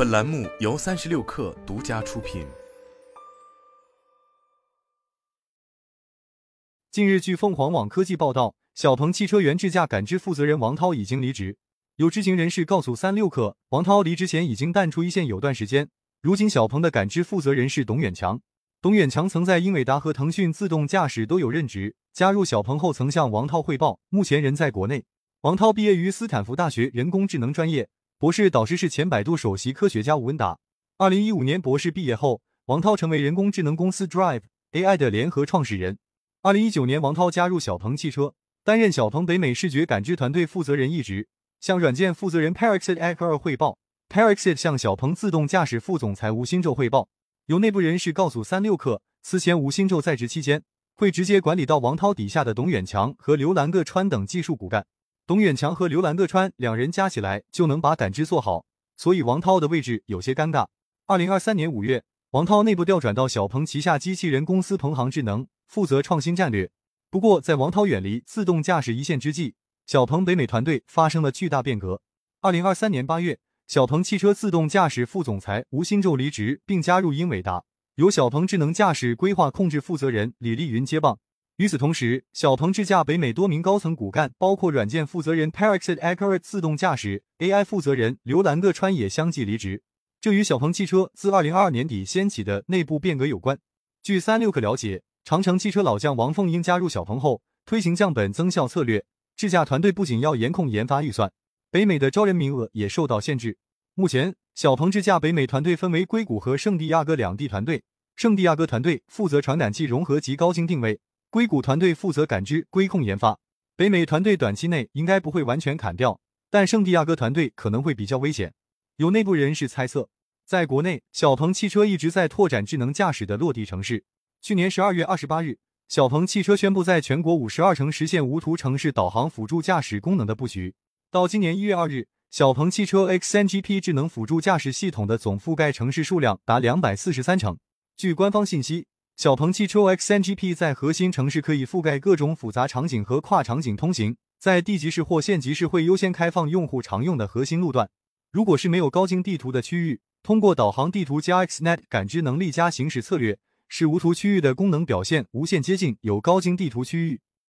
本栏目由36氪独家出品。 近日，据凤凰网科技报道，小鹏汽车原智驾感知负责人王涛已经离职。有知情人士告诉36氪，王涛离职前已经淡出一线有段时间。如今小鹏的感知负责人是董远强。董远强曾在英伟达和腾讯自动驾驶都有任职，加入小鹏后曾向王涛汇报，目前人在国内。王涛毕业于斯坦福大学人工智能专业，博士导师是前百度首席科学家吴文达。2015年博士毕业后，王涛成为人工智能公司 Drive AI 的联合创始人。2019年，王涛加入小鹏汽车，担任小鹏北美视觉感知团队负责人一职，向软件负责人 Parexit Akar 汇报。Parexit 向小鹏自动驾驶副总裁吴新宙汇报。有内部人士告诉36氪，此前吴新宙在职期间会直接管理到王涛底下的董远强和刘兰各川等技术骨干。董远强和刘兰各川两人加起来就能把感知做好，所以王涛的位置有些尴尬。2023年5月，王涛内部调转到小鹏旗下机器人公司鹏航智能，负责创新战略。不过在王涛远离自动驾驶一线之际，小鹏北美团队发生了巨大变革。2023年8月，小鹏汽车自动驾驶副总裁吴新宙离职并加入英伟达，由小鹏智能驾驶规划控制负责人李丽云接棒。与此同时，小鹏智驾北美多名高层骨干，包括软件负责人 Parexit Akar、自动驾驶 AI 负责人刘兰各川也相继离职。这与小鹏汽车自2022年底掀起的内部变革有关。据36氪了解，长城汽车老将王凤英加入小鹏后，推行降本增效策略，智驾团队不仅要严控研发预算，北美的招人名额也受到限制。目前，小鹏智驾北美团队分为硅谷和圣地亚哥两地团队，圣地亚哥团队负责传感器融合及高精定位，硅谷团队负责感知规控研发。北美团队短期内应该不会完全砍掉，但圣地亚哥团队可能会比较危险。有内部人士猜测，在国内，小鹏汽车一直在拓展智能驾驶的落地城市。去年12月28日，小鹏汽车宣布在全国52城实现无图城市导航辅助驾驶功能的布局。到今年1月2日，小鹏汽车 XNGP 智能辅助驾驶系统的总覆盖城市数量达243城。据官方信息，小鹏汽车 XNGP 在核心城市可以覆盖各种复杂场景和跨场景通行，在地级市或县级市会优先开放用户常用的核心路段。如果是没有高精地图的区域，通过导航地图加 XNet 感知能力加行驶策略，使无图区域的功能表现无限接近有高精地图区域。